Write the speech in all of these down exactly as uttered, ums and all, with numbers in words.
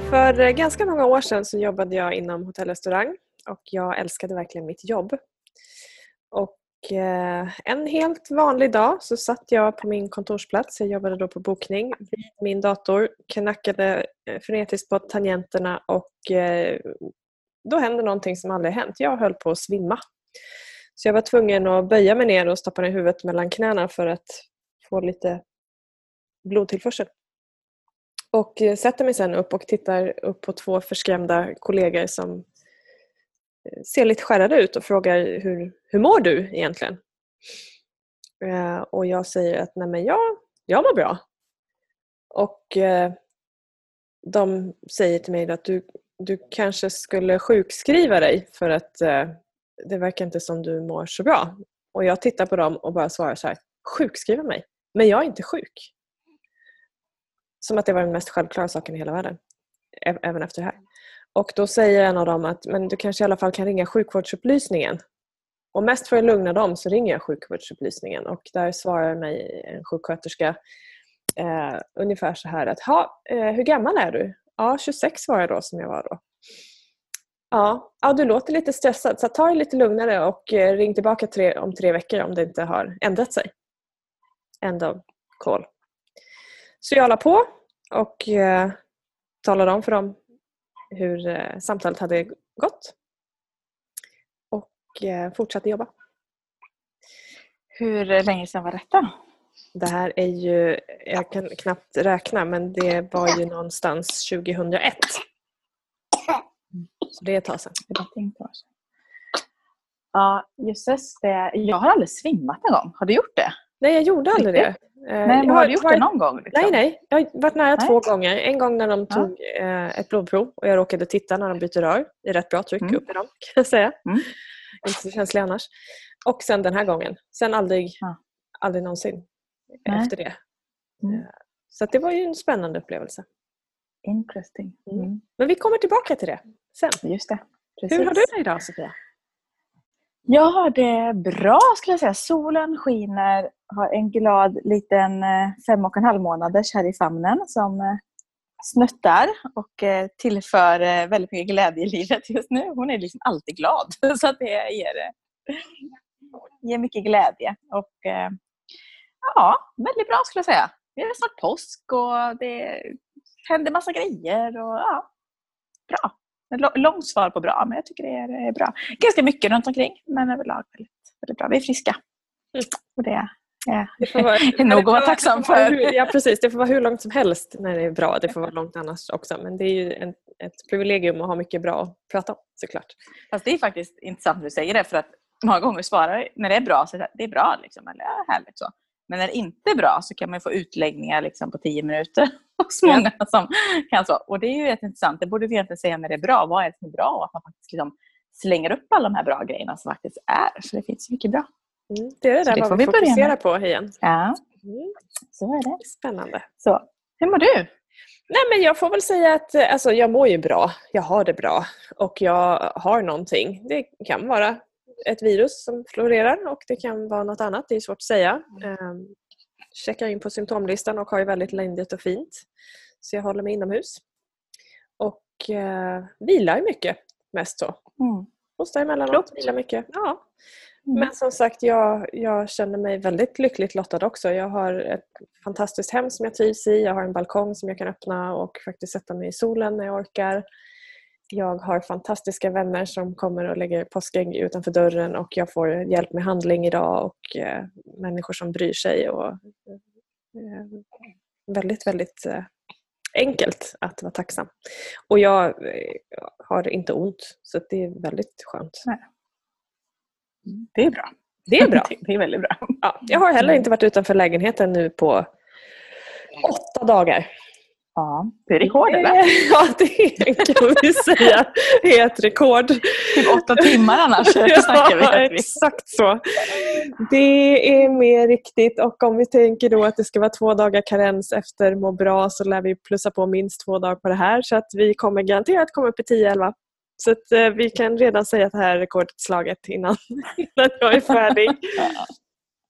För ganska många år sedan så jobbade jag inom hotell och restaurang och jag älskade verkligen mitt jobb. Och eh, en helt vanlig dag så satt jag på min kontorsplats, jag jobbade då på bokning, vid min dator, knackade eh, frenetiskt på tangenterna och eh, då hände någonting som aldrig hänt. Jag höll på att svimma. Så jag var tvungen att böja mig ner och stoppa ner huvudet mellan knäna för att få lite blodtillförsel. Och sätter mig sen upp och tittar upp på två förskrämda kollegor som ser lite skärrade ut och frågar hur, hur mår du egentligen? Eh, och jag säger att nej men jag, jag mår bra. Och eh, de säger till mig att du, du kanske skulle sjukskriva dig för att eh, det verkar inte som du mår så bra. Och jag tittar på dem och bara svarar så här: sjukskriva mig? Men jag är inte sjuk. Som att det var den mest självklara saken i hela världen. Även efter det här. Och då säger en av dem att men du kanske i alla fall kan ringa sjukvårdsupplysningen. Och mest för att lugna dem så ringer jag sjukvårdsupplysningen. Och där svarar mig en sjuksköterska eh, ungefär så här att ha, eh, hur gammal är du? Ja, tjugosex var jag då som jag var då. Ja, ja du låter lite stressad så ta det lite lugnare och eh, ring tillbaka tre, om tre veckor om det inte har ändrat sig. End of call. Så jag la på och eh, talade om för dem hur eh, samtalet hade gått. Och eh, fortsatte jobba. Hur länge sedan var detta? Det här är ju, jag kan knappt räkna, men det var ju någonstans tjugohundraett. Så det är ett tag sedan. Ja, just det. Jag har aldrig svimmat en gång. Har du gjort det? Nej, jag gjorde aldrig det. Nej, men har du gjort varit... det någon gång? Liksom? Nej, nej. Jag har varit nära nej. två gånger. En gång när de tog ja. eh, ett blodprov och jag råkade titta när de byter rör. Det är rätt bra tryck mm. upp i dem, kan jag säga. Mm. Inte så känslig annars. Och sen den här gången. Sen aldrig, ja. aldrig någonsin nej. efter det. Mm. Så att det var ju en spännande upplevelse. Interesting. Mm. Men vi kommer tillbaka till det sen. Just det. Precis. Hur har du det idag, Sofia? Jag har det bra skulle jag säga. Solen skiner, har en glad liten fem och en halv månaders här i famnen som snuttar och tillför väldigt mycket glädje i livet just nu. Hon är liksom alltid glad så att det ger, ger mycket glädje. Och ja, väldigt bra skulle jag säga. Det är snart påsk och det händer massa grejer och ja, bra. Långt svar på bra, men jag tycker det är bra. Ganska mycket runt omkring, men överlag väldigt, väldigt bra. Vi är friska. Och det är, det får vara, är nog att vara tacksam för. Hur, ja, precis. Det får vara hur långt som helst när det är bra. Det får vara långt annars också. Men det är ju en, ett privilegium att ha mycket bra att prata om, såklart. Fast det är faktiskt intressant att du säger det, för att många gånger svarar när det är bra så är det bra, liksom, eller ja, härligt så. Men när det inte är bra så kan man få utläggningar liksom, på tio minuter hos många ja. som kan så. Och det är ju rätt intressant. Det borde vi egentligen säga när det är bra. Vad är det som är bra? Och att man faktiskt liksom slänger upp alla de här bra grejerna som faktiskt är. Så det finns mycket bra. Mm, det är det så där det vad vi, vi fokuserar på igen. Ja, mm. så är det. Spännande. Så, hur mår du? Nej, men jag får väl säga att alltså, jag mår ju bra. Jag har det bra. Och jag har någonting. Det kan vara ett virus som florerar och det kan vara något annat. Det är svårt att säga. Um, checkar in på symptomlistan och har ju väldigt ländigt och fint. Så jag håller mig inomhus. Och uh, vilar mycket, mest så. Mm. Hostar emellanåt, vilar mycket. Ja. Mm. Men som sagt, jag, jag känner mig väldigt lyckligt lottad också. Jag har ett fantastiskt hem som jag trivs i. Jag har en balkong som jag kan öppna och faktiskt sätta mig i solen när jag orkar. Jag har fantastiska vänner som kommer och lägger påskägg utanför dörren och jag får hjälp med handling idag och eh, människor som bryr sig och eh, väldigt, väldigt eh, enkelt att vara tacksam. Och jag eh, har inte ont så det är väldigt skönt. Nej. Det är bra. Det är bra. Det är väldigt bra. Ja, jag har heller inte varit utanför lägenheten nu på åtta dagar. Ja, det är rekord eller? Ja, det kan vi säga. Det är ett rekord. Typ åtta timmar annars. Ja, exakt så. Det är mer riktigt. Och om vi tänker då att det ska vara två dagar karens efter må bra så lär vi plussa på minst två dagar på det här. Så att vi kommer garanterat komma upp i tio elva. Så att eh, vi kan redan säga att det här är rekordslaget innan, innan jag är färdig.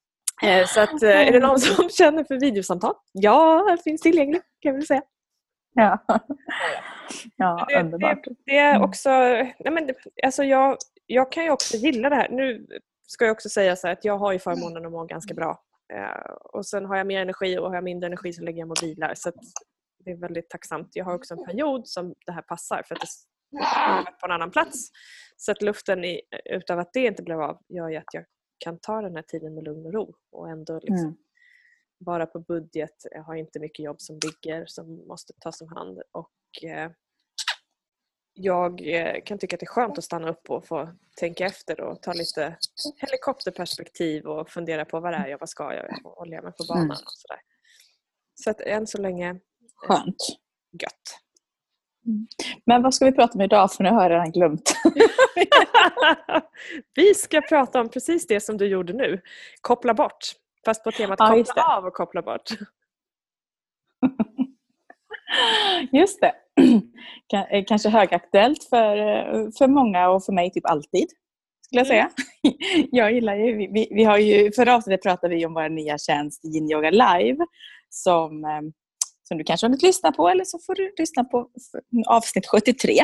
Eh, så att eh, är det någon som känner för videosamtal? Ja, det finns tillgängligt kan vi säga. Ja, ja det, underbart. Det, det är också, nej men, alltså jag, jag kan ju också gilla det här. Nu ska jag också säga så här att jag har ju förmånen att må ganska bra. Uh, och sen har jag mer energi och har jag mindre energi så lägger jag mobiler. Så att det är väldigt tacksamt. Jag har också en period som det här passar för att det är på en annan plats. Så att luften i, utav att det inte blev av gör ju att jag kan ta den här tiden med lugn och ro. Och ändå liksom Mm. bara på budget. Jag har inte mycket jobb som ligger som måste tas om hand. Och uh, jag kan tycka att det är skönt att stanna upp och få tänka efter och ta lite helikopterperspektiv och fundera på vad det är jag, vad ska jag och hålla mig på banan Mm. och sådär. Så att än så länge Skönt. Gött. Mm. Men vad ska vi prata om idag, för nu har jag redan glömt. Vi ska prata om precis det som du gjorde nu. Koppla bort. Fast på temat ja, koppla av och koppla bort. Just det. Kanske högaktuellt för, för många och för mig typ alltid, skulle jag säga. Mm. Jag gillar ju, vi, vi har ju, förra avsnittet pratade vi om vår nya tjänst Yin Yoga Live som, som du kanske har hunnit lyssna på, eller så får du lyssna på avsnitt sjuttiotre.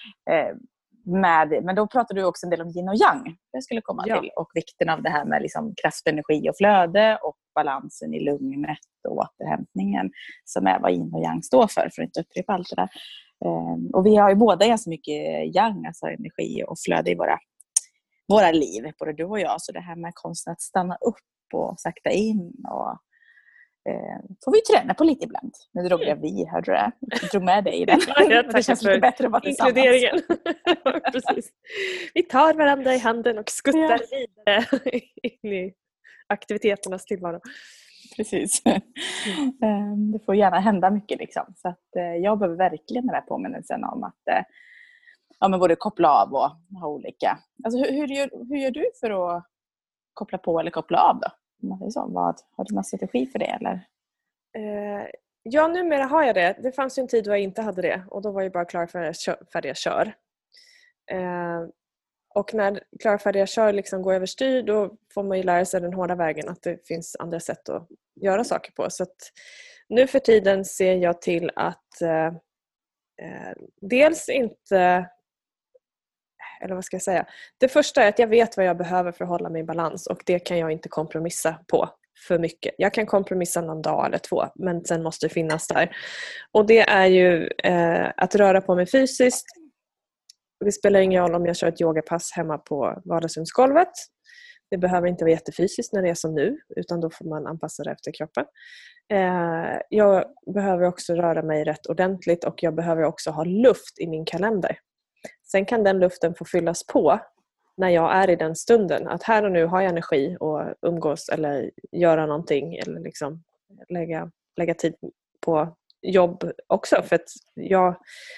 Med, men då pratade du också en del om yin och yang. Jag skulle komma ja. till. Och vikten av det här med liksom kraft, energi och flöde. Och balansen i lugnet och återhämtningen. Som är vad yin och yang står för. För att inte upprepa allt det där. Um, och vi har ju båda ganska mycket yang. Alltså energi och flöde i våra, våra liv. Både du och jag. Så det här med konsten att stanna upp och sakta in. Och Eh, får vi träna på lite ibland. Nu drog jag vi, hörde du det? Jag drog med dig i den. Ja, det känns lite bättre att vara inkluderingen. Precis. Vi tar varandra i handen och skuttar ja. vidare in i aktiviteternas tillvaro. Precis. Mm. Det får gärna hända mycket liksom. Så att, eh, jag behöver verkligen den här påminnelsen om att eh, ja, men både koppla av och ha olika. Alltså, hur, hur, gör, hur gör du för att koppla på eller koppla av då? Så, vad, har du någon strategi för det eller? Eh, ja, numera har jag det. Det fanns ju en tid då jag inte hade det. Och då var jag bara klar för färdiga kör. Eh, och när klar färdiga kör liksom går överstyr, då får man ju lära sig den hårda vägen. Att det finns andra sätt att göra saker på. Så att nu för tiden ser jag till att eh, eh, dels inte... Eller vad ska jag säga? Det första är att jag vet vad jag behöver för att hålla mig i balans. Och det kan jag inte kompromissa på för mycket. Jag kan kompromissa någon dag eller två. Men sen måste det finnas där. Och det är ju eh, att röra på mig fysiskt. Det spelar ingen roll om jag kör ett yogapass hemma på vardagsrumsgolvet. Det behöver inte vara jättefysiskt när det är som nu. Utan då får man anpassa det efter kroppen. Eh, jag behöver också röra mig rätt ordentligt. Och jag behöver också ha luft i min kalender. Sen kan den luften få fyllas på när jag är i den stunden. Att här och nu har jag energi att umgås eller göra någonting. Eller liksom lägga, lägga tid på jobb också. För att jag,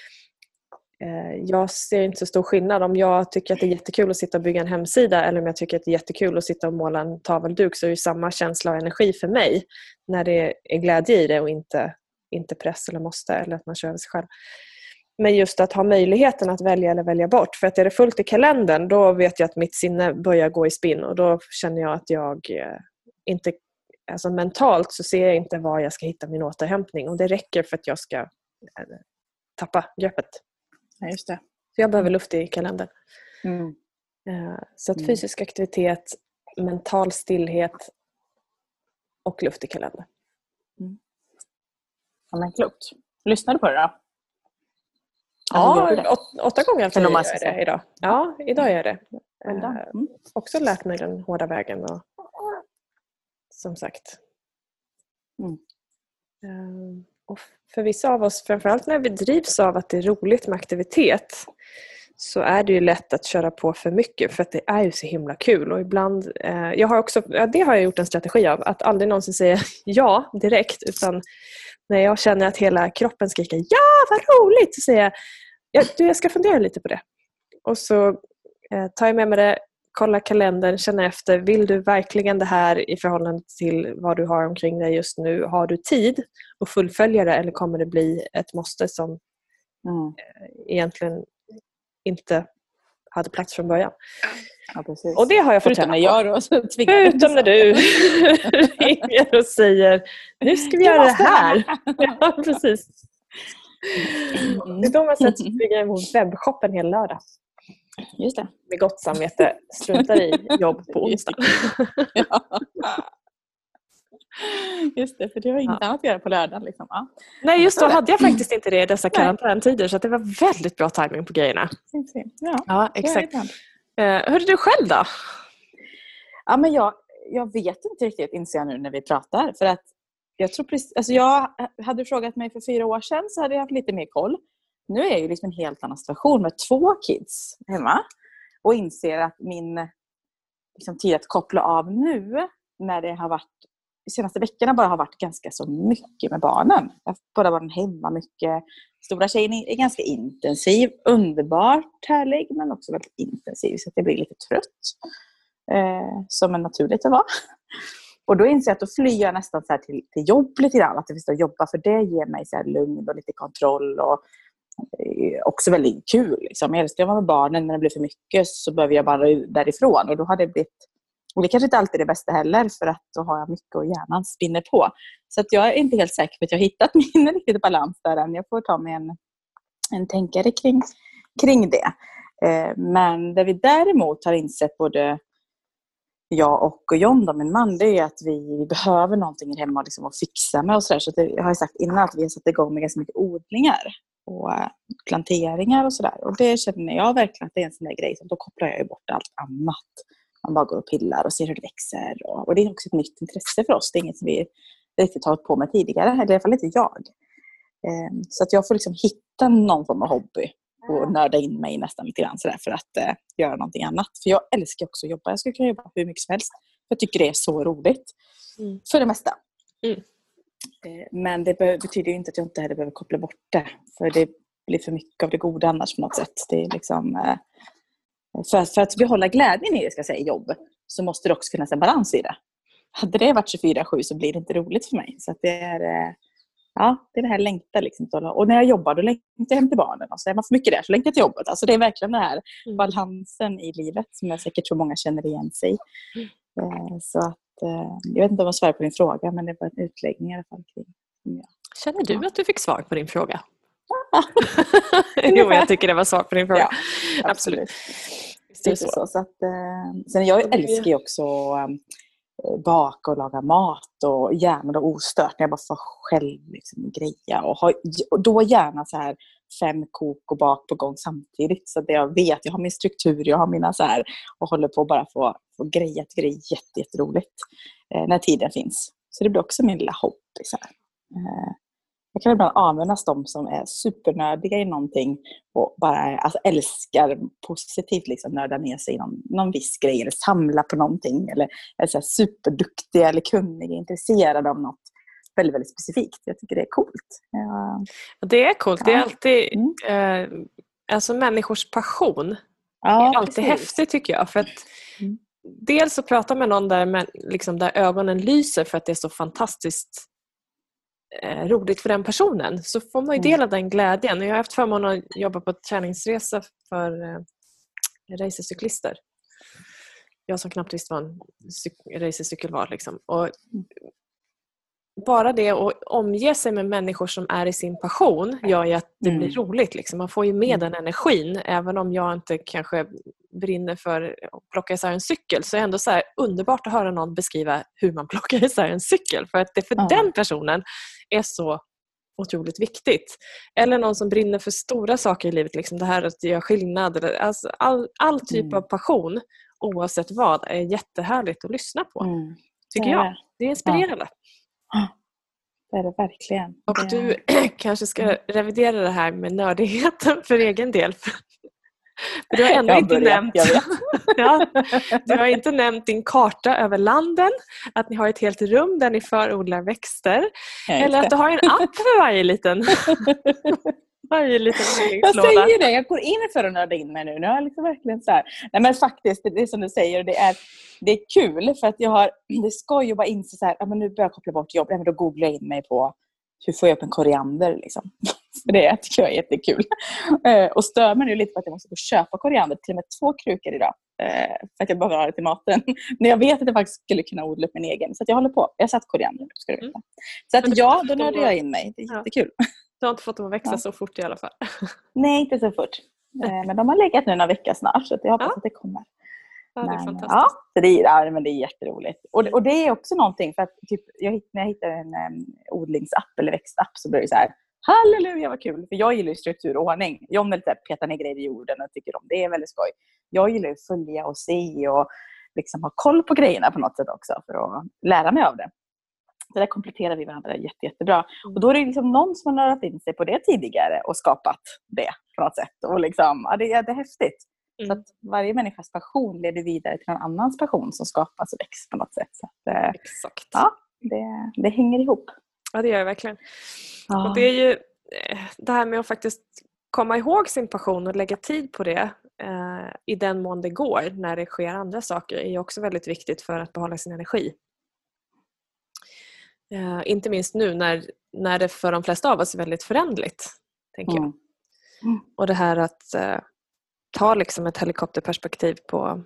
eh, jag ser inte så stor skillnad. Om jag tycker att det är jättekul att sitta och bygga en hemsida. Eller om jag tycker att det är jättekul att sitta och måla en tavelduk. Så är det samma känsla och energi för mig. När det är glädje i det och inte, inte press eller måste. Eller att man kör över sig själv. Men just att ha möjligheten att välja eller välja bort. För att är det fullt i kalendern, då vet jag att mitt sinne börjar gå i spinn. Och då känner jag att jag inte... Alltså mentalt så ser jag inte var jag ska hitta min återhämtning. Och det räcker för att jag ska tappa greppet. Ja, just det. Så jag behöver luft i kalendern. Mm. Så att fysisk aktivitet, mental stillhet och luft i kalendern. Mm. Ja, men klokt. Lyssnar du på det då? Ja, åt, åtta gånger har jag gör det idag. Ja, idag gör jag det. Mm. Mm. Också lärt mig den hårda vägen. Och, som sagt. Mm. Um, och för vissa av oss, framförallt när vi drivs av att det är roligt med aktivitet, så är det ju lätt att köra på för mycket. För att det är ju så himla kul. Och ibland, eh, jag har också, ja, det har jag gjort en strategi av. Att aldrig någonsin säga ja direkt. Utan när jag känner att hela kroppen skriker ja, vad roligt, så säger jag, ja, du, jag ska fundera lite på det. Och så eh, tar jag med mig det, kollar kalendern, känner efter, vill du verkligen det här i förhållande till vad du har omkring dig just nu? Har du tid att fullfölja det, eller kommer det bli ett måste som mm. eh, egentligen inte hade plats från början? Ja, precis. Och det har jag fått Förutom när jag då, så Förutom när du ringer och säger, nu ska vi göra det här. Ja, precis. Det är då man sätter bygga emot webbshoppen hela lördag. Just det. Med gott samvete struntar i jobb på onsdag. Ja. Just det, för det har inget Ja. annat att göra på lördagen. Liksom. Ja. Nej, just då hade jag faktiskt inte det i dessa Nej. karantäntider. Så att det var väldigt bra timing på grejerna. Ja, Ja, exakt. Uh, hur är du själv då? Ja, men jag, jag vet inte riktigt, inser jag nu när vi pratar. För att jag tror precis, alltså jag hade frågat mig för fyra år sedan så hade jag haft lite mer koll. Nu är jag ju liksom en helt annan situation med två kids hemma. Och inser att min liksom, tid att koppla av nu när det har varit de senaste veckorna bara har varit ganska så mycket med barnen. Jag har bara varit hemma mycket. Stora tjejen är ganska intensiv. Underbart härlig men också väldigt intensiv. Så att jag blir lite trött. Eh, som är naturligt att vara. Och då inser jag att då flyr jag nästan så här till, till jobb lite grann. Att jag vill jobba för det ger mig så här lugn och lite kontroll. Och eh, också väldigt kul. Liksom. Jag älskar att vara med barnen men när det blir för mycket så behöver jag bara därifrån. Och då har det blivit Och det kanske inte alltid är det bästa heller för att då har jag mycket och hjärnan spinner på. Så att jag är inte helt säker på att jag har hittat min riktigt balans där än. Jag får ta mig en, en tänkare kring, kring det. Eh, men det vi däremot har insett både jag och John, då, min man, det är att vi, vi behöver någonting hemma liksom att fixa med och sådär. Så att det, jag har sagt innan att vi har satt igång med ganska mycket odlingar och äh, planteringar och sådär. Och det känner jag verkligen att det är en sån där grej. Så då kopplar jag ju bort allt annat. Man bara går och pillar och ser hur det växer. Och, och det är också ett nytt intresse för oss. Det är inget som vi riktigt har hållit på med tidigare. Eller i alla fall inte jag. Eh, så att jag får liksom hitta någon form av hobby. Och nörda in mig nästan lite grann sådär för att eh, göra någonting annat. För jag älskar också att jobba. Jag skulle kunna jobba hur mycket som helst. Jag tycker det är så roligt. Mm. För det mesta. Mm. Eh, men det be- betyder ju inte att jag inte heller behöver koppla bort det. För det blir för mycket av det goda annars på något sätt. Det är liksom... Eh, För att, för att behålla glädjen i det, ska jag säga, jobb, så måste det också finnas en balans i det. Hade det varit tjugofyra sju så blir det inte roligt för mig. Så att det är ja, det är det här längtar liksom. Och när jag jobbar då längtar jag hem till barnen. Och så är man för mycket där så längtar jag till jobbet. Alltså det är verkligen den här mm. balansen i livet som jag säkert tror många känner igen sig i. Mm. Så att, jag vet inte om jag svarar på din fråga, men det var en utläggning i alla fall kring jag. Känner du ja. att du fick svar på din fråga? Jo, jag tycker det var svar på din fråga. Ja, absolut. absolut. Det är så. Så, så att, eh, sen jag älskar ju också eh, baka och laga mat och gärna då ostört när jag bara får själv liksom, greja och, ha, och då gärna så här fem kok och bak på gång samtidigt så att jag vet, jag har min struktur, jag har mina så här och håller på att bara få, få greja till det är jätte, jätteroligt eh, när tiden finns. Så det blir också min lilla hobby så här. Eh, Jag kan ibland användas de som är supernördiga i någonting och bara alltså, älskar positivt liksom, nörda ner sig i någon, någon viss grej eller samla på någonting eller är så här, superduktiga eller kunniga, intresserade av något väldigt, väldigt specifikt. Jag tycker det är coolt. Ja. Det är coolt. Ja. Det är alltid mm. eh, alltså människors passion. Ja, är alltid precis. Häftigt tycker jag. För att mm. dels så pratar man någon där, med, liksom, där ögonen lyser för att det är så fantastiskt Eh, roligt för den personen så får man ju del av den glädjen. Jag har haft förmånen att jobba på ett träningsresa för eh, racercyklister. Jag som knappt visste vad en cyk- racercykel var liksom. Och bara det att omge sig med människor som är i sin passion gör ju att det mm. blir roligt liksom. Man får ju med mm. den energin även om jag inte kanske brinner för att plocka isär en cykel så är det ändå så här underbart att höra någon beskriva hur man plockar isär en cykel för att det för mm. den personen är så otroligt viktigt. Eller någon som brinner för stora saker i livet liksom det här att göra skillnad eller, alltså all, all typ mm. av passion oavsett vad är jättehärligt att lyssna på mm. tycker jag. Det är inspirerande. Ja. Det är det verkligen. Och det... du kanske ska revidera det här med nördigheten för egen del. För du har ändå inte börjat, nämnt ja, du har inte nämnt din karta över landen, att ni har ett helt rum där ni förodlar växter eller att du har en app för varje liten varje liten jag säger det, jag går in för att nörda in mig nu. Nu har jag liksom verkligen så här. Nej men faktiskt, det är som du säger, det är, det är kul för att jag har, det ska ju bara inse så här, ja men nu börjar jag koppla bort jobb, ja, men då googlar jag in mig på hur får jag upp en koriander liksom. För det tycker jag är jättekul. Och stör mig nu lite för att jag måste gå köpa koriander till och med två krukor idag. För att jag behöver ha det till maten. Men jag vet att jag faktiskt skulle kunna odla upp min egen. Så att jag håller på. Jag har satt koriander, ska du veta. Så att ja, då nördar jag in mig. Det är jättekul. Du har inte fått dem att växa Ja. så fort i alla fall. Nej, inte så fort. Men de har legat nu några veckor snart, så jag hoppas Ja. att det kommer. Ja, det är Men, fantastiskt. ja, så det, är, ja, men det är jätteroligt. Och, och det är också någonting, för att typ, jag, när jag hittar en um, odlingsapp eller växtapp så blir det så här, halleluja vad kul. För jag gillar ju struktur och ordning. Jag vill peta ner grejer i jorden och tycker om det är väldigt skoj. Jag gillar ju att följa och se och liksom ha koll på grejerna på något sätt också för att lära mig av det. Så där kompletterar vi varandra jätte, jättebra. Och då är det liksom någon som har rört in sig på det tidigare och skapat det på något sätt. Och liksom, ja, det, är, det är häftigt. Mm. Så att varje människas passion leder vidare till en annans passion som skapas och växer på något sätt. Så att, eh, Exakt. Ja, det, det hänger ihop. Ja, det gör det verkligen. Ja. Och det är ju det här med att faktiskt komma ihåg sin passion och lägga tid på det eh, i den mån det går när det sker andra saker är ju också väldigt viktigt för att behålla sin energi. Eh, inte minst nu när, när det för de flesta av oss är väldigt förändligt, tänker Mm. jag. Mm. Och det här att eh, ta liksom ett helikopterperspektiv på,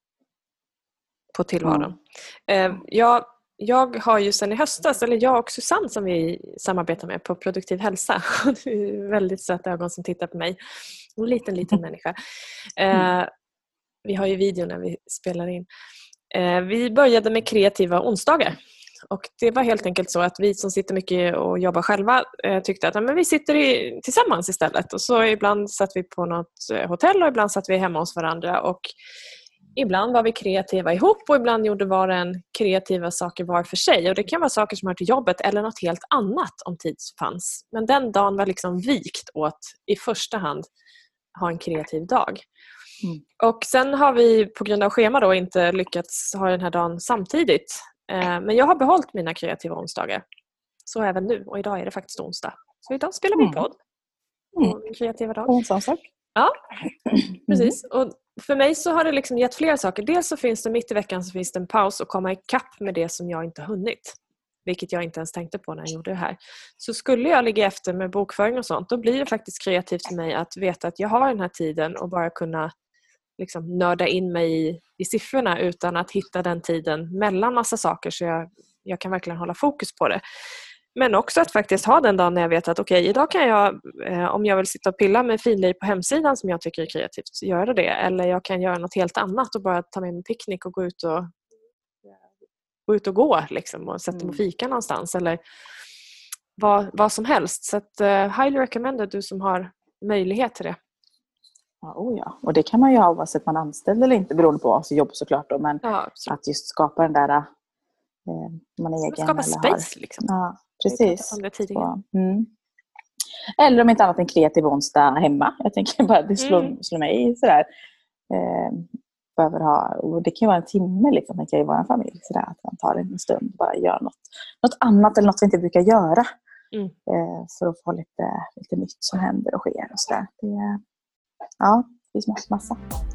på tillvaron. Mm. Eh, jag, jag har ju sedan i höstas, eller jag och Susanne som vi samarbetar med på Produktiv hälsa. Det är väldigt söta ögon som tittar på mig. En liten, liten människa. Eh, vi har ju video när vi spelar in. Eh, vi började med kreativa onsdagar. Och det var helt enkelt så att vi som sitter mycket och jobbar själva eh, tyckte att ja, men vi sitter i, tillsammans istället. Och så ibland satt vi på något eh, hotell och ibland satt vi hemma hos varandra. Och ibland var vi kreativa ihop och ibland gjorde var en kreativa saker var för sig. Och det kan vara saker som hör till jobbet eller något helt annat om tid fanns. Men den dagen var liksom vikt åt i första hand ha en kreativ dag. Mm. Och sen har vi på grund av schema då inte lyckats ha den här dagen samtidigt. Men jag har behållit mina kreativa onsdagar. Så även nu. Och idag är det faktiskt onsdag. Så idag spelar vi podd. Mm. Och min kreativa dag. Onsdag. Ja, precis. Och för mig så har det liksom gett flera saker. Dels så finns det mitt i veckan så finns det en paus och komma ikapp med det som jag inte har hunnit. Vilket jag inte ens tänkte på när jag gjorde det här. Så skulle jag ligga efter med bokföring och sånt, då blir det faktiskt kreativt för mig att veta att jag har den här tiden och bara kunna liksom nörda in mig i, i siffrorna utan att hitta den tiden mellan massa saker så jag, jag kan verkligen hålla fokus på det. Men också att faktiskt ha den dagen när jag vet att okej, okay, idag kan jag, eh, om jag vill sitta och pilla med filer på hemsidan som jag tycker är kreativt, göra det. Eller jag kan göra något helt annat och bara ta med mig picknick och gå ut och gå ut och gå liksom, och sätta mig och fika någonstans eller vad, vad som helst. Så att, uh, highly recommended du som har möjlighet till det. Ja, oh ja, och det kan man ju ha oavsett man är anställd eller inte beroende på alltså jobb såklart då, men ja, att just skapa den där eh, man är egen skapa eller space har. Liksom. Ja, precis. Så, mm. Eller om inte annat en kreativ onsdag hemma. Jag tänker bara det slår, mm. slår mig sådär. Eh, behöver ha, och det kan ju vara en timme liksom, tänker jag, i vår familj sådär, att man tar en stund och bara gör något, något annat eller något vi inte brukar göra mm. eh, för att få lite, lite nytt som händer och sker och sådär. Det, ja, det finns massa.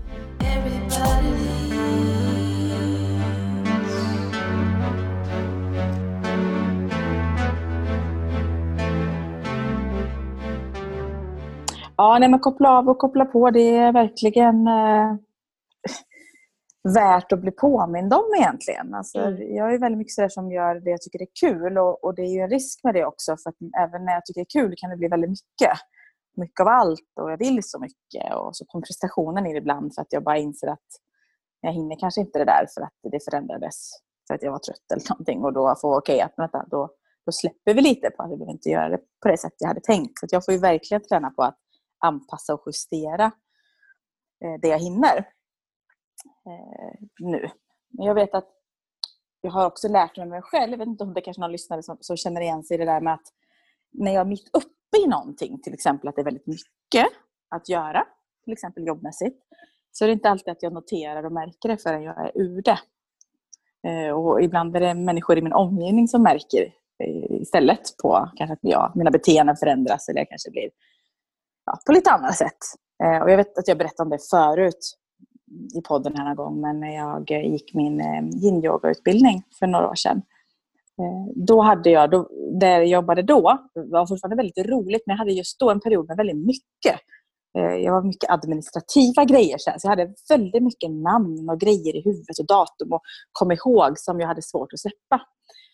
Ja, nej, men koppla av och koppla på, det är verkligen eh, värt att bli påmind om egentligen. Alltså, mm. Jag är väldigt mycket sådär som gör det jag tycker är kul och, och det är ju en risk med det också för att även när jag tycker det är kul kan det bli väldigt mycket. Mycket av allt och jag vill så mycket och så kommer prestationen in ibland för att jag bara inser att jag hinner kanske inte det där för att det förändrades för att jag var trött eller någonting och då får okej okay, att vänta, då, då släpper vi lite på att vi behöver inte göra det på det sätt jag hade tänkt. Så att jag får ju verkligen träna på att anpassa och justera eh, det jag hinner eh, nu. Men jag vet att jag har också lärt mig mig själv, jag vet inte om det är kanske någon lyssnare som, som känner igen sig i det där med att när jag är mitt uppe i någonting, till exempel att det är väldigt mycket att göra, till exempel jobbmässigt, så är det inte alltid att jag noterar och märker det förrän jag är ur det. Eh, och ibland är det människor i min omgivning som märker eh, istället på kanske att jag, mina beteenden förändras eller jag kanske blir ja, på lite annat sätt. Eh, och jag vet att jag berättade om det förut i podden här en gång, men när jag gick min eh, yin-yoga-utbildning för några år sedan. Eh, då hade jag, då, där jag jobbade då, det var fortfarande väldigt roligt, men jag hade just då en period med väldigt mycket. Eh, jag var mycket administrativa grejer, så jag hade väldigt mycket namn och grejer i huvudet och datum och kom ihåg som jag hade svårt att släppa.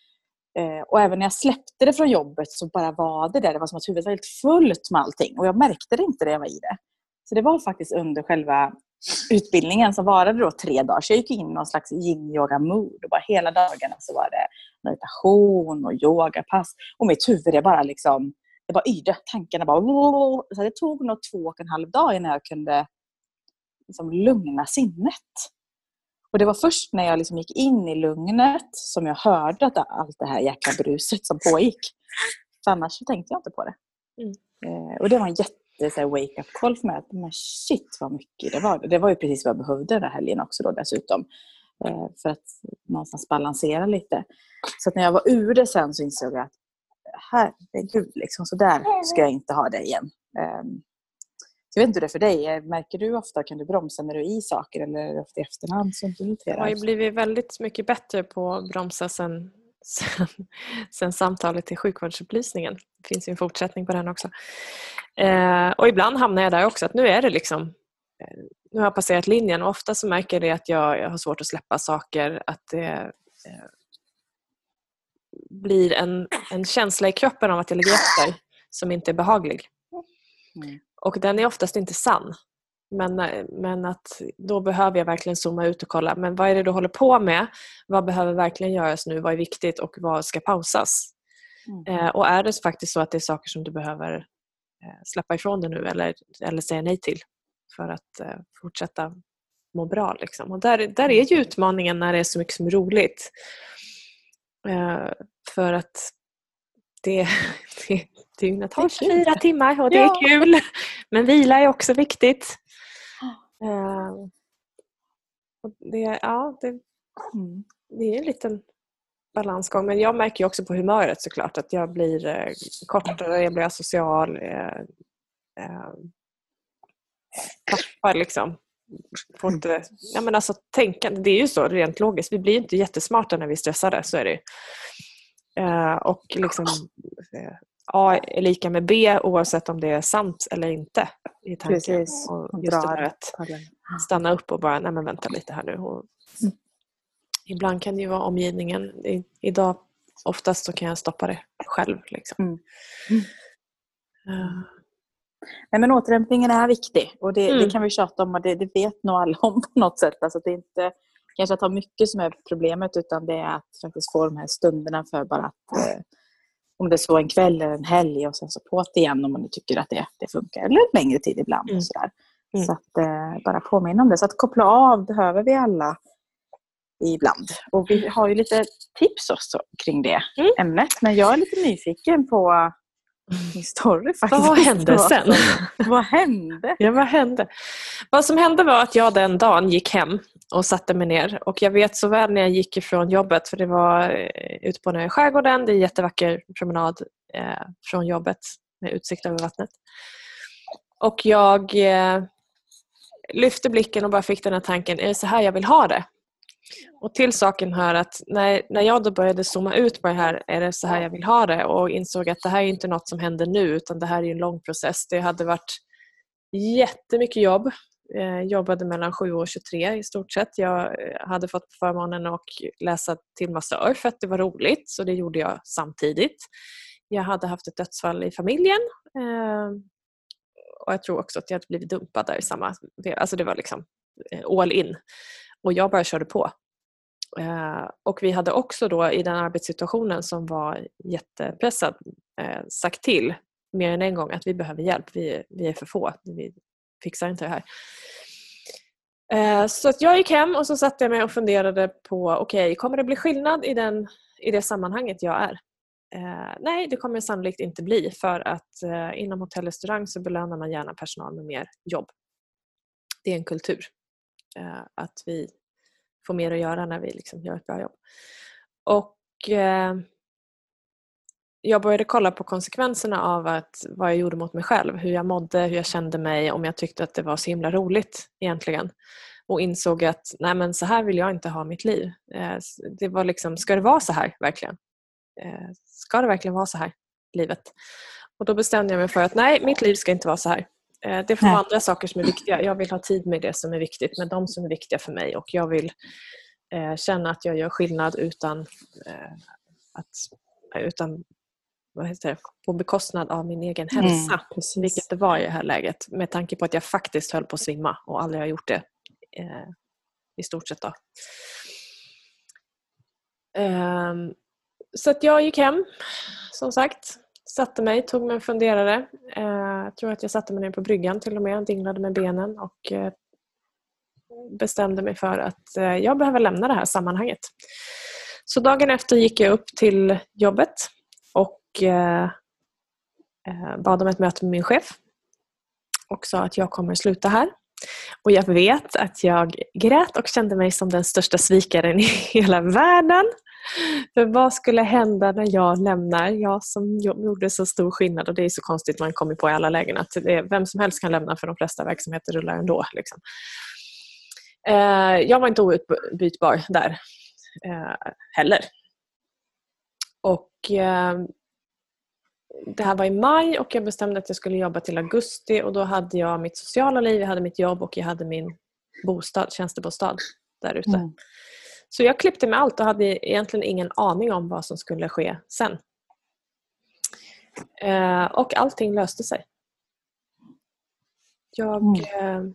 Eh, och även när jag släppte det från jobbet så bara var det där. Det var som att huvudet var helt fullt med allting. Och jag märkte det inte när jag var i det. Så det var faktiskt under själva utbildningen som varade då tre dagar. Så jag gick in i någon slags yin-yoga-mood. Och bara hela dagarna så var det meditation och yogapass. Och mitt huvud är bara liksom, det bara yrde. Tankarna bara... Så det tog nog två och en halv dag innan jag kunde liksom lugna sinnet. Och det var först när jag liksom gick in i lugnet som jag hörde att allt det här jäkla bruset som pågick. För annars så tänkte jag inte på det. Mm. Eh, och det var en jätte wake-up call för mig. Att, men shit vad mycket det var. Det var ju precis vad jag behövde den här helgen också då dessutom. Eh, för att någonstans balansera lite. Så att när jag var ur det sen så insåg jag att herregud, liksom, så där ska jag inte ha det igen. Eh, Jag vet inte hur det är för dig. Märker du ofta, kan du bromsa när du är i saker eller efter efterhand? Så du jag har ju blivit väldigt mycket bättre på att bromsa sen, sen, sen samtalet till sjukvårdsupplysningen. Det finns ju en fortsättning på den också. Eh, och ibland hamnar jag där också. Att nu är det liksom, eh, nu har jag passerat linjen och ofta så märker jag det att jag, jag har svårt att släppa saker. Att det eh, blir en, en känsla i kroppen av att jag ligger efter som inte är behaglig. Mm. Och den är oftast inte sann. Men, men att då behöver jag verkligen zooma ut och kolla. Men vad är det du håller på med? Vad behöver verkligen göras nu? Vad är viktigt? Och vad ska pausas? Mm. Eh, och är det faktiskt så att det är saker som du behöver eh, släppa ifrån dig nu? Eller, eller säga nej till? För att eh, fortsätta må bra. Liksom. Och där, där är ju utmaningen när det är så mycket som är roligt. Eh, för att det, det, dygnet har fyra timmar och det ja. är kul. Men vila är också viktigt. Uh, och det, ja, det, mm. det är en liten balansgång. Men jag märker ju också på humöret såklart att jag blir eh, kortare, jag blir asocial. Eh, eh, tappar liksom. Får inte, ja, men alltså, tänka, det är ju så rent logiskt. Vi blir inte jättesmarta när vi är stressade, så är det. Uh, och liksom uh, A är lika med B oavsett om det är sant eller inte i tanken. Precis. Och just det där att stanna upp och bara, nej men vänta lite här nu. Och mm. Ibland kan det ju vara omgivningen. I, idag oftast så kan jag stoppa det själv. Liksom. Mm. Mm. Uh. Nej, men återhämtningen är viktig. Och det, mm. det kan vi tjata om och det, det vet nog alla om på något sätt. Alltså det är inte kanske att ha mycket som är problemet utan det är att faktiskt få de här stunderna för bara att eh, om det är så en kväll eller en helg och sen så på det igen om man tycker att det, det funkar eller en längre tid ibland mm. och sådär. Mm. Så att eh, bara påminna om det. Så att koppla av behöver vi alla ibland. Och vi har ju lite tips också kring det mm. ämnet. Men jag är lite nyfiken på min story faktiskt. Vad hände sen? Vad hände? Ja, vad hände? Vad som hände var att jag den dagen gick hem och satte mig ner. Och jag vet så väl när jag gick ifrån jobbet, för det var ute på den här skärgården. Det är en jättevacker promenad eh, från jobbet med utsikt över vattnet. Och jag eh, lyfte blicken och bara fick den här tanken, är det så här jag vill ha det? Och till saken hör att när, när jag då började zooma ut på det här, är det så här jag vill ha det, och insåg att det här är inte något som händer nu utan det här är en lång process. Det hade varit jättemycket jobb. Jag jobbade mellan sju och tjugotre i stort sett. Jag hade fått förmånen att läsa till massör för att det var roligt, så det gjorde jag samtidigt. Jag hade haft ett dödsfall i familjen och jag tror också att jag hade blivit dumpad där i samma. Alltså det var liksom all in. Och jag bara körde på. Eh, och vi hade också då i den arbetssituationen som var jättepressad eh, sagt till mer än en gång att vi behöver hjälp. Vi, vi är för få. Vi fixar inte det här. Eh, så att jag gick hem och så satte jag mig och funderade på okej, okay, kommer det bli skillnad i, den, i det sammanhanget jag är? Eh, nej, det kommer sannolikt inte bli, för att eh, inom hotell och restaurang så belönar man gärna personal med mer jobb. Det är en kultur. Att vi får mer att göra när vi liksom gör ett bra jobb. Och eh, jag började kolla på konsekvenserna av att, vad jag gjorde mot mig själv. Hur jag mådde, hur jag kände mig, om jag tyckte att det var så himla roligt egentligen. Och insåg att nej, men så här vill jag inte ha mitt liv. Eh, det var liksom, ska det vara så här verkligen? Eh, ska det verkligen vara så här, livet? Och då bestämde jag mig för att nej, mitt liv ska inte vara så här. Det får vara andra saker som är viktiga. Jag vill ha tid med det som är viktigt, med de som är viktiga för mig. Och jag vill eh, känna att jag gör skillnad utan, eh, att utan vad heter det, på bekostnad av min egen hälsa. Mm, vilket det var i det här läget. Med tanke på att jag faktiskt höll på att svimma och aldrig har gjort det eh, i stort sett då. Eh, så att jag gick hem, som sagt. Satte mig, tog mig en funderare. Eh, jag tror att jag satte mig ner på bryggan till och med. Dinglade med benen och eh, bestämde mig för att eh, jag behöver lämna det här sammanhanget. Så dagen efter gick jag upp till jobbet och eh, bad om ett möte med min chef och sa att jag kommer sluta här. Och jag vet att jag grät och kände mig som den största svikaren i hela världen. För vad skulle hända när jag lämnar? Jag som gjorde så stor skillnad, och det är så konstigt, man kommer på i alla lägen att det är, vem som helst kan lämna, för de flesta verksamheter rullar ändå. Liksom. Eh, jag var inte outbytbar där eh, heller. Och eh, det här var i maj och jag bestämde att jag skulle jobba till augusti, och då hade jag mitt sociala liv, jag hade mitt jobb och jag hade min bostad, tjänstebostad där ute. Mm. Så jag klippte med allt och hade egentligen ingen aning om vad som skulle ske sen. Eh, och allting löste sig. Jag... Mm.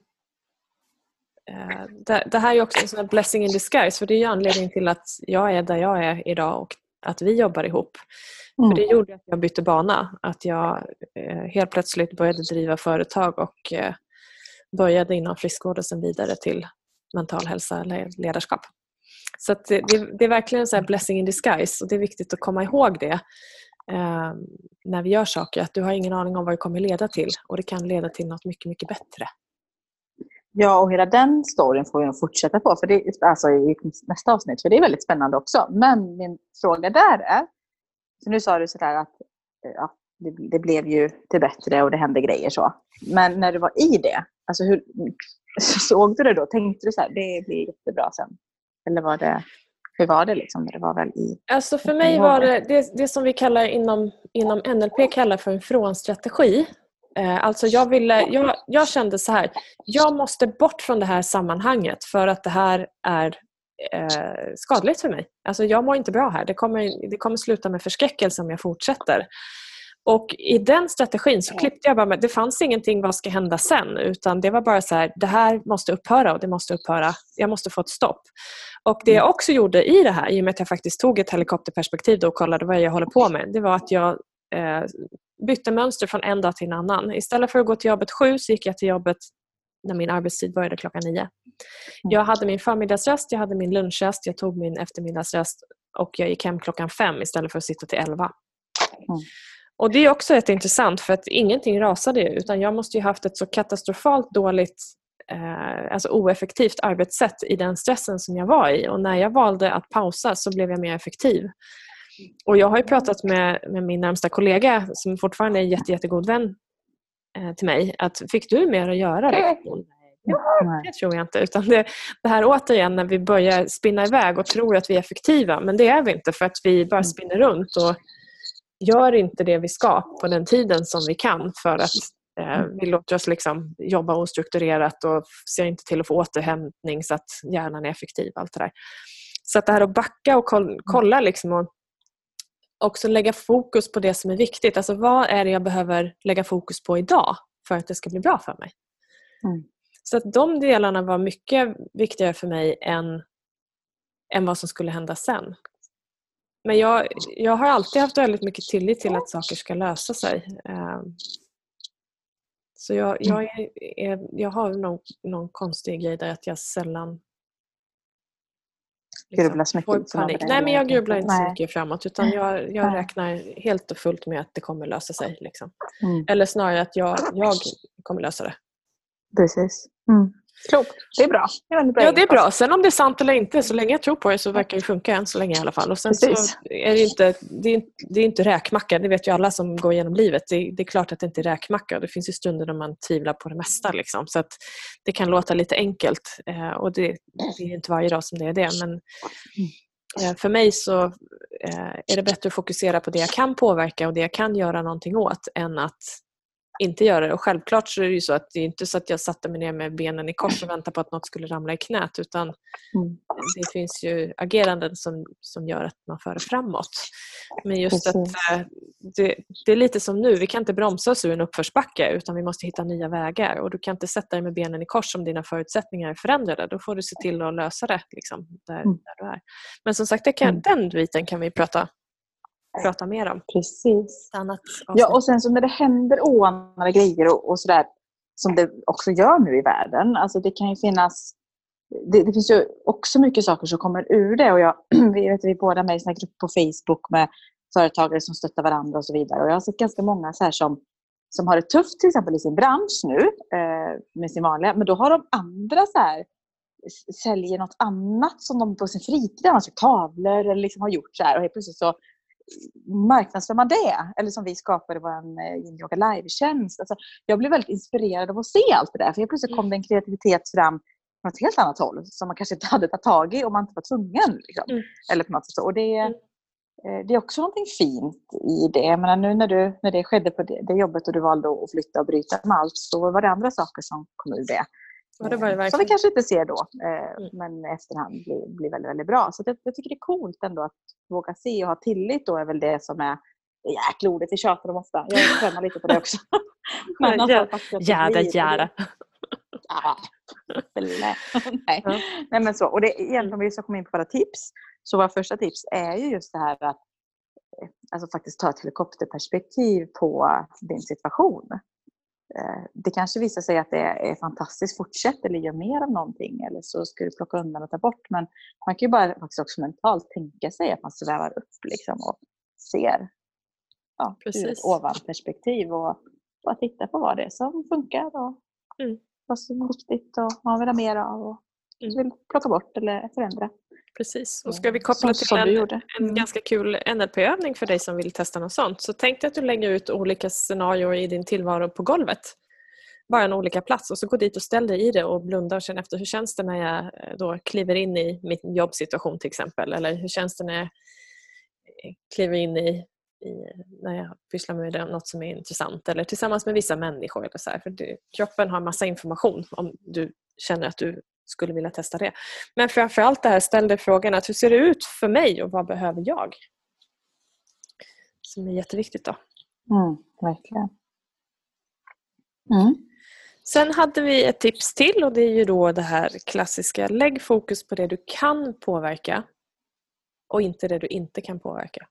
Eh, det, det här är också en sån här blessing in disguise, för det är ju anledningen till att jag är där jag är idag och att vi jobbar ihop. Mm. För det gjorde att jag bytte bana. Att jag eh, helt plötsligt började driva företag och eh, började inom friskvård och sen vidare till mental hälsa eller ledarskap. Så att det, det, det är verkligen en sån här blessing in disguise, och det är viktigt att komma ihåg det eh, när vi gör saker. Att du har ingen aning om vad det kommer leda till, och det kan leda till något mycket, mycket bättre. Ja, och hela den storyn får vi nog fortsätta på för det, alltså i nästa avsnitt, för det är väldigt spännande också. Men min fråga där är, så nu sa du sådär att ja, det, det blev ju till bättre och det hände grejer så. Men när du var i det, alltså hur såg du det då? Tänkte du så här, det blir jättebra sen? Eller var det, hur var det liksom? Det var väl i... Alltså för mig var det, det, det som vi kallar inom, inom N L P kallar för en frånstrategi. Alltså jag, ville, jag, jag kände så här, jag måste bort från det här sammanhanget för att det här är eh, skadligt för mig. Alltså jag mår inte bra här. Det kommer, det kommer sluta med förskräckelse om jag fortsätter. Och i den strategin så klippte jag bara med, det fanns ingenting vad ska hända sen, utan det var bara så här, det här måste upphöra och det måste upphöra. Jag måste få ett stopp. Och det jag också gjorde i det här, i och med att jag faktiskt tog ett helikopterperspektiv då och kollade vad jag håller på med, det var att jag eh, bytte mönster från en dag till en annan. Istället för att gå till jobbet sju så gick jag till jobbet när min arbetstid började klockan nio. Jag hade min förmiddagsrast, jag hade min lunchrast, jag tog min eftermiddagsrast och jag gick hem klockan fem istället för att sitta till elva. Mm. Och det är också rätt intressant för att ingenting rasade ju, utan jag måste ju haft ett så katastrofalt dåligt, eh, alltså oeffektivt arbetssätt i den stressen som jag var i. Och när jag valde att pausa så blev jag mer effektiv. Och jag har ju pratat med, med min närmsta kollega som fortfarande är en jätte, jättegod vän eh, till mig. Att fick du mer att göra det? Ja, det tror jag inte. Utan det, det här återigen när vi börjar spinna iväg och tror att vi är effektiva. Men det är vi inte, för att vi bara spinner runt och gör inte det vi ska på den tiden som vi kan, för att eh, vi låter oss liksom jobba ostrukturerat och ser inte till att få återhämtning så att hjärnan är effektiv. Allt det där. Så att det här att backa och kolla liksom och också lägga fokus på det som är viktigt. Alltså vad är det jag behöver lägga fokus på idag för att det ska bli bra för mig? Mm. Så att de delarna var mycket viktigare för mig än, än vad som skulle hända sen. Men jag, jag har alltid haft väldigt mycket tillit till att saker ska lösa sig. Så jag, jag, är, är, jag har någon, någon konstig grej där att jag sällan liksom, grubblar så mycket. Panik. Nej, men jag grubblar inte Nej. så mycket framåt. Utan jag, jag räknar helt och fullt med att det kommer lösa sig. Liksom. Mm. Eller snarare att jag, jag kommer lösa det. Precis. Mm. Klokt. Det är bra. Det är bra. Ja, det är bra. Sen om det är sant eller inte, så länge jag tror på det så verkar det funka än så länge i alla fall. Och sen Precis. så är det inte, det är, det är inte räkmacka. Det vet ju alla som går igenom livet. Det, det är klart att det inte är räkmacka. Det finns ju stunder när man tvivlar på det mesta. Liksom. Så att det kan låta lite enkelt. Eh, och det, det är inte varje dag som det är det. Men eh, för mig så eh, är det bättre att fokusera på det jag kan påverka och det jag kan göra någonting åt än att inte göra det. Och självklart så är det ju så att det är inte så att jag satte mig ner med benen i kors och väntade på att något skulle ramla i knät, utan Mm. det finns ju ageranden som, som gör att man för det framåt. Men just Precis. att eh, det, det är lite som nu, vi kan inte bromsa oss ur en uppförsbacke, utan vi måste hitta nya vägar, och du kan inte sätta dig med benen i kors om dina förutsättningar är förändrade. Då får du se till att lösa det liksom, där, Mm. där du är. Men som sagt, det kan, Mm. den biten kan vi prata prata mer om. Precis. Ett annat Ja, och sen så när det händer oanade grejer och, och sådär, som det också gör nu i världen, alltså det kan ju finnas, det, det finns ju också mycket saker som kommer ur det, och jag vi vet vi båda med i en grupp på Facebook med företagare som stöttar varandra och så vidare, och jag har sett ganska många så här som som har det tufft till exempel i sin bransch nu eh, med sin vanliga, men då har de andra så här säljer något annat som de på sin fritid har, tavlor eller liksom har gjort så här, och helt plötsligt så marknadsför man det, eller som vi skapade vår Yin Yoga Live-tjänst. Alltså, jag blev väldigt inspirerad av att se allt det där, för helt plötsligt kom det en kreativitet fram från ett helt annat håll som man kanske inte hade tagit tag i om man inte var tvungen liksom. Mm. Eller på något sätt. Och det, Mm. det är också någonting fint i det. Jag menar, nu när, du, när det skedde på det, det jobbet och du valde att flytta och bryta med allt, så var det andra saker som kom ur det. Ja, det var ju verkligen. Som vi kanske inte ser då, eh, Mm. men efterhand blir, blir väldigt, väldigt bra. Så det, jag tycker det är coolt ändå att våga se och ha tillit då, är väl det som är det jäkla ordet vi tjatar om ofta. Jag tränar lite på det också. Men alltså, Ja, faktiskt att det Jära, blir- jära. Ja, nej. Nej. Ja. Nej, men så. Och det, egentligen om vi ska komma in på våra tips, så våra första tips är ju just det här att eh, alltså faktiskt ta ett helikopterperspektiv på din situation. Eh, Det kanske visar sig att det är fantastiskt, fortsätt eller gör mer av någonting, eller så ska du plocka undan och ta bort. Men man kan ju bara faktiskt också mentalt tänka sig att man svävar upp liksom och ser ja, ur ett Precis. ovanperspektiv och bara titta på vad det är som funkar och Mm. vad som är viktigt och vad man vill ha mer av och Mm. så vill plocka bort eller förändra. Precis. Och ska vi koppla Som- till som du en, gjorde. en Mm. ganska kul N L P-övning för dig som vill testa något sånt, så tänk dig att du lägger ut olika scenarier i din tillvaro på golvet. Bara en olika plats, och så gå dit och ställ dig i det och blunda och känn efter, hur känns det när jag eh, då kliver in i min jobbsituation till exempel, eller hur känns det när jag eh, kliver in i, i när jag pysslar med det- något som är intressant, eller tillsammans med vissa människor eller så här. För det, kroppen har massa information om du känner att du skulle vilja testa det. Men framförallt det här, ställ dig frågan att hur ser det ut för mig och vad behöver jag? Som är jätteviktigt då. Mm, verkligen. Mm. Sen hade vi ett tips till, och det är ju då det här klassiska, lägg fokus på det du kan påverka och inte det du inte kan påverka.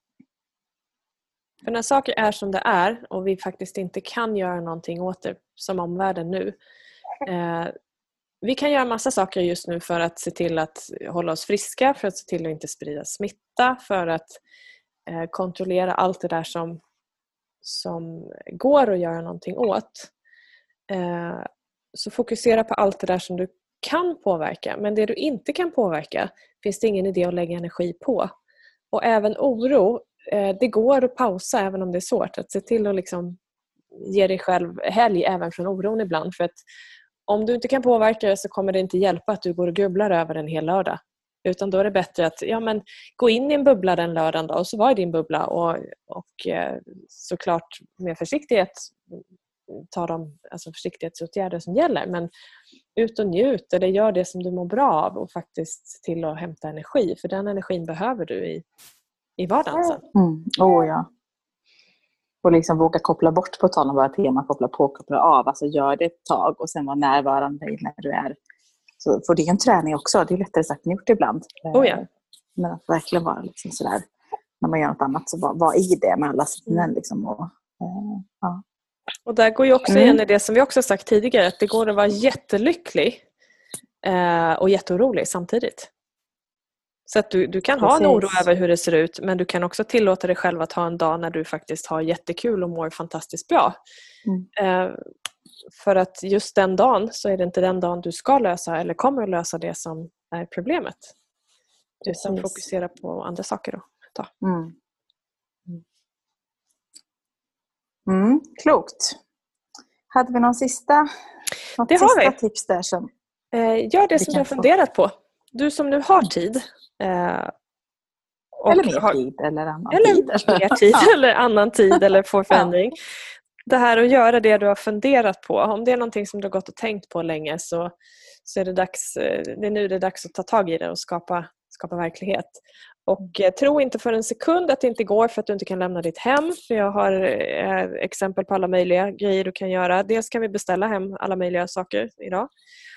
För när saker är som det är och vi faktiskt inte kan göra någonting åt det som omvärlden nu. Eh, vi kan göra massa saker just nu för att se till att hålla oss friska, för att se till att inte sprida smitta, för att eh, kontrollera allt det där som, som går att göra någonting åt. Eh, så fokusera på allt det där som du kan påverka, men det du inte kan påverka finns det ingen idé att lägga energi på. Och även oro, eh, det går att pausa även om det är svårt. Att se till att liksom ge dig själv helg även från oron ibland, för att om du inte kan påverka det så kommer det inte hjälpa att du går och grubblar över en hel lördag. Utan då är det bättre att ja, men, gå in i en bubbla den lördagen då, och så var i din bubbla och, och eh, såklart med försiktighet ta de alltså försiktighetsåtgärder som gäller, men ut och njut eller gör det som du mår bra av och faktiskt se till att hämta energi, för den energin behöver du i, i vardagen sen. Mm. Oh, ja. Och liksom våga koppla bort, på tal om våra tema, koppla på, koppla av, alltså gör det ett tag och sen vara närvarande när du är, så får det en träning också, det är lättare sagt än gjort ibland. Oh, ja. Men att verkligen vara liksom sådär, när man gör något annat, så var, var i det med alla sinnen liksom, och, eh, ja. Och där går ju också Mm. igen i det som vi också sagt tidigare, att det går att vara jättelycklig eh, och jätteorolig samtidigt. Så att du, du kan ha en Precis. oro över hur det ser ut, men du kan också tillåta dig själv att ha en dag när du faktiskt har jättekul och mår fantastiskt bra. Mm. Eh, för att just den dagen så är det inte den dagen du ska lösa eller kommer att lösa det som är problemet. Utan Precis. fokusera på andra saker då. Ta. Mm. Mm, klokt. Hade vi någon sista, något Det har sista vi. tips där som... Eh, gör det Vi som du kan har få. funderat på. Du som nu har tid. Eh, och Eller mer har, tid eller annan eller tid. mer tid eller annan tid eller får förändring. det här att göra det du har funderat på. Om det är någonting som du har gått och tänkt på länge så, så är det dags, det är nu det är dags att ta tag i det och skapa, skapa verklighet. Och eh, tro inte för en sekund att det inte går för att du inte kan lämna ditt hem. För jag har eh, exempel på alla möjliga grejer du kan göra. Dels kan vi beställa hem alla möjliga saker idag.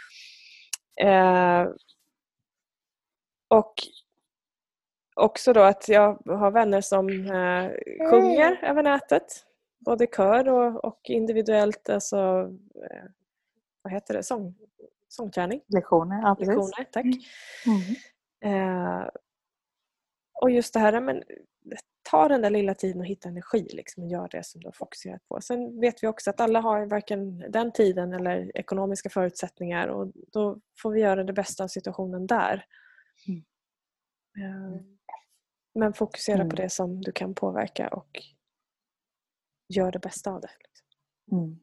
Eh, och också då att jag har vänner som eh, sjunger över nätet. Både kör och, och individuellt, alltså, eh, vad heter det? Sång, sångträning. Lektioner, ja, precis. Lektioner, tack. Mm. Eh, och just det här, men ta den där lilla tiden och hitta energi liksom, och gör det som du har fokuserat på. Sen vet vi också att alla har varken den tiden eller ekonomiska förutsättningar och då får vi göra det bästa av situationen där. Mm. Eh, men fokusera mm. på det som du kan påverka och gör det bästa av det. Liksom. Mm.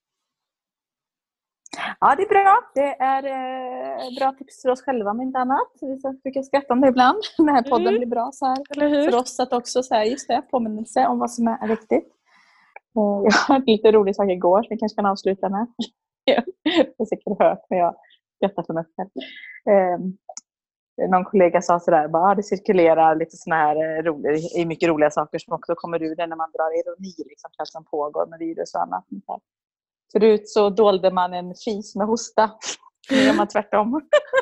Ja, det är bra. Det är eh, bra tips för oss själva om inte annat. Vi brukar skratta om det ibland. Den här podden mm. blir bra så här. Eller hur? För oss att också så här, just det, påminnelse om vad som är viktigt. Eh, jag hade lite rolig sak igår som vi kanske kan avsluta med. Jag har säkert hört men jag skrattar för mig själv. Eh, någon kollega sa sådär, bara det cirkulerar lite såna här roliga, mycket roliga saker som också kommer ur det när man drar ironi liksom, som pågår med virus och annat. Förut så dolde man en fis med hosta. Nu gör man tvärtom.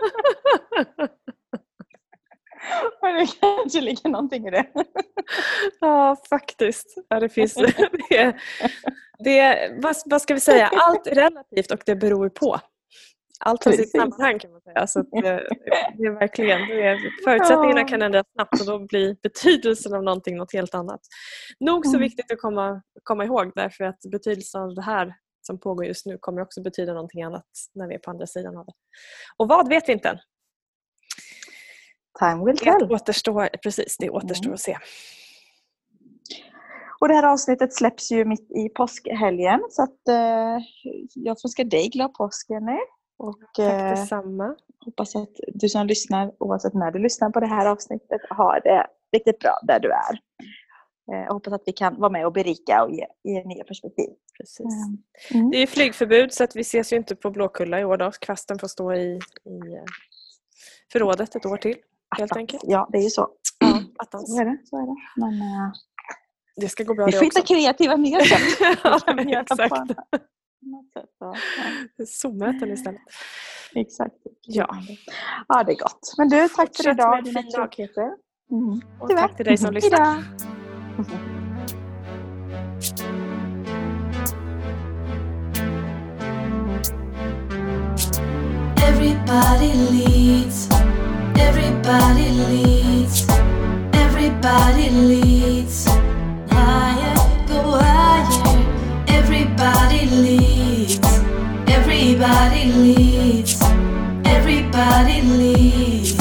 Och det kanske ligger någonting i det. Ja, faktiskt. Ja, det finns det, det, vad, vad ska vi säga? Allt är relativt och det beror på. Allt har sitt sammanhang kan man säga. Så det, det är verkligen, det är, förutsättningarna kan ändras snabbt och då blir betydelsen av någonting något helt annat. Nog så viktigt att komma, komma ihåg därför att betydelsen av det här som pågår just nu kommer också betyda någonting annat när vi är på andra sidan av det. Och vad vet vi inte än? Time will tell. Det återstår, precis, det återstår mm. att se. Och det här avsnittet släpps ju mitt i påskhelgen så att eh, jag önskar dig glad påsk, Jenny. Och, tack detsamma. Eh, hoppas att du som lyssnar, oavsett när du lyssnar på det här avsnittet, har det riktigt bra där du är. Jag hoppas att vi kan vara med och berika och ge, ge nya perspektiv. Precis. Mm. Det är flygförbud så att vi ses ju inte på Blåkulla i år då. Kvasten får stå i, i förrådet ett år till. Helt enkelt. Ja, det är ju så. Ja, attans. Så är det. Så är det. Men, uh, det ska gå bra vi det får också. hitta kreativa nya sätt. Ja, exakt. Zoom-möten istället. Exakt. Ja. Ja, det är gott. Men du, tack för idag. Med fin dag. Mm. Och tack till dig som lyssnar. Everybody leads, everybody leads, everybody leads, higher, go higher. Everybody leads, everybody leads, everybody leads.